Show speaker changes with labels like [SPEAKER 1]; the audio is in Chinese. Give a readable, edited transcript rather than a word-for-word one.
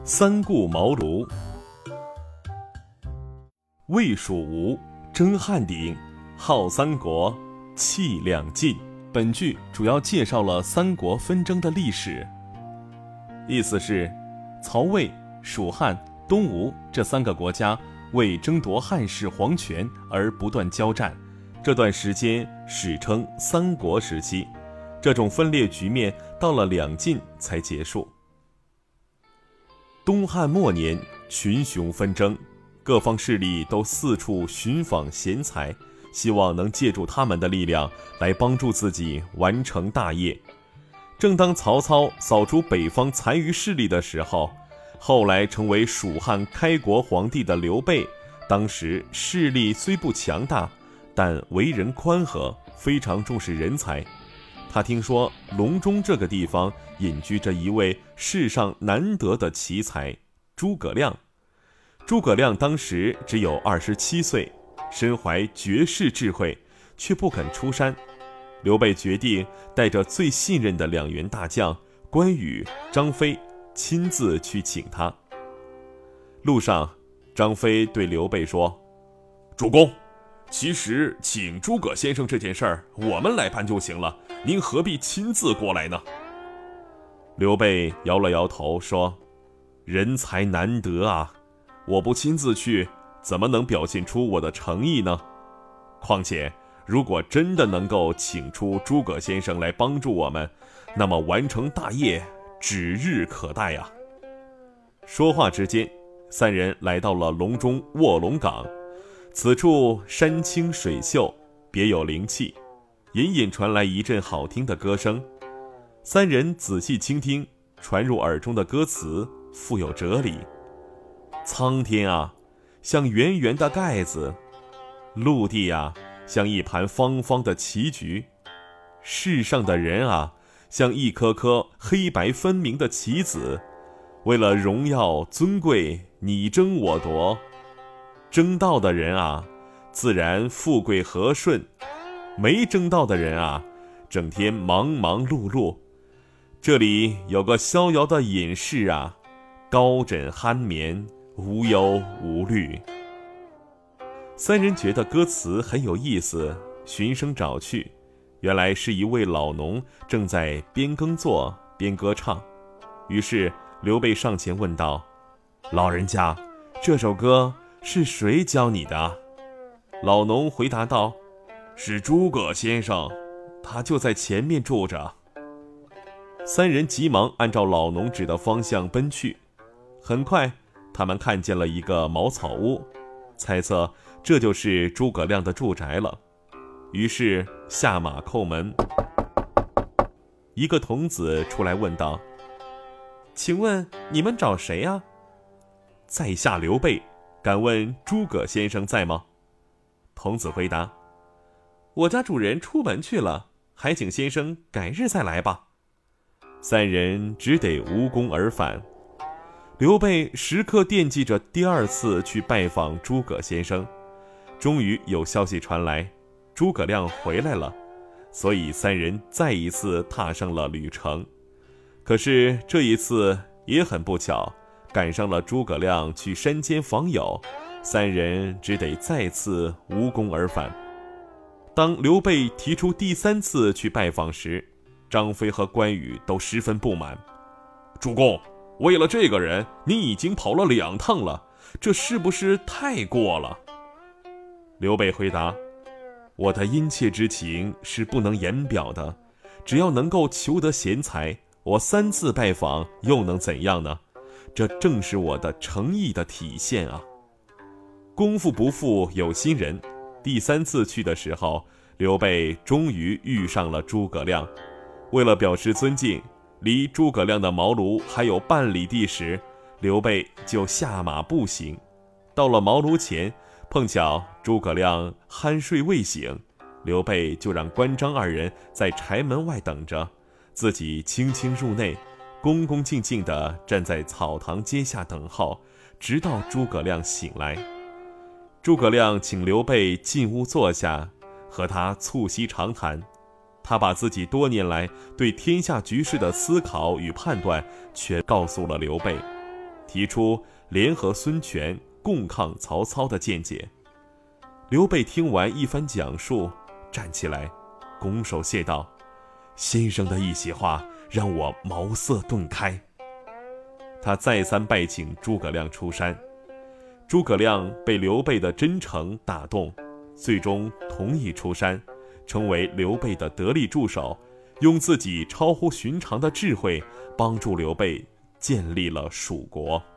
[SPEAKER 1] 三顾茅庐。魏蜀吴，争汉鼎，号三国，气两晋。本剧主要介绍了三国纷争的历史，意思是曹魏、蜀汉、东吴这三个国家为争夺汉室皇权而不断交战，这段时间史称三国时期。这种分裂局面到了两晋才结束。东汉末年，群雄纷争，各方势力都四处寻访贤才，希望能借助他们的力量来帮助自己完成大业。正当曹操扫除北方残余势力的时候，后来成为蜀汉开国皇帝的刘备，当时势力虽不强大，但为人宽和，非常重视人才。他听说隆中这个地方隐居着一位世上难得的奇才诸葛亮。诸葛亮当时只有27岁，身怀绝世智慧，却不肯出山。刘备决定带着最信任的2员大将关羽、张飞亲自去请他。路上，张飞对刘备说：“主公，其实请诸葛先生这件事儿我们来办就行了，您何必亲自过来呢？”刘备摇了摇头说：“人才难得啊，我不亲自去，怎么能表现出我的诚意呢？况且如果真的能够请出诸葛先生来帮助我们，那么完成大业指日可待啊。”说话之间，3人来到了隆中卧龙岗。此处山清水秀，别有灵气，隐隐传来一阵好听的歌声。3人仔细倾听，传入耳中的歌词富有哲理。苍天啊，像圆圆的盖子；陆地啊，像一盘方方的棋局；世上的人啊，像一颗颗黑白分明的棋子。为了荣耀尊贵，你争我夺。争到的人啊，自然富贵和顺；没争到的人啊，整天忙忙碌碌。这里有个逍遥的隐士啊，高枕酣眠，无忧无虑。3人觉得歌词很有意思，循声找去，原来是一位老农正在边耕作边歌唱。于是刘备上前问道：“老人家，这首歌是谁教你的？”老农回答道：“是诸葛先生，他就在前面住着。”3人急忙按照老农指的方向奔去。很快，他们看见了一个茅草屋，猜测这就是诸葛亮的住宅了。于是下马叩门。一个童子出来问道：“请问你们找谁呀？”“在下刘备，敢问诸葛先生在吗？”童子回答：“我家主人出门去了，还请先生改日再来吧。”3人只得无功而返。刘备时刻惦记着第2次去拜访诸葛先生。终于有消息传来，诸葛亮回来了，所以3人再一次踏上了旅程。可是这一次也很不巧，赶上了诸葛亮去山间访友，3人只得再次无功而返。当刘备提出第3次去拜访时，张飞和关羽都十分不满。“主公，为了这个人，你已经跑了2趟了，这是不是太过了？”刘备回答：“我的殷切之情是不能言表的，只要能够求得贤才，我3次拜访又能怎样呢？这正是我的诚意的体现啊。”功夫不负有心人，第3次去的时候，刘备终于遇上了诸葛亮。为了表示尊敬，离诸葛亮的茅庐还有半里地时，刘备就下马步行。到了茅庐前，碰巧诸葛亮酣睡未醒，刘备就让关张2人在柴门外等着，自己轻轻入内，恭恭敬敬地站在草堂阶下等候，直到诸葛亮醒来。诸葛亮请刘备进屋坐下，和他促膝长谈。他把自己多年来对天下局势的思考与判断全告诉了刘备。 提出联合孙权共抗曹操的见解。刘备听完一番讲述，站起来拱手谢道：“先生的一席话让我茅塞顿开。”他再三拜请诸葛亮出山。诸葛亮被刘备的真诚打动，最终同意出山，成为刘备的得力助手，用自己超乎寻常的智慧帮助刘备建立了蜀国。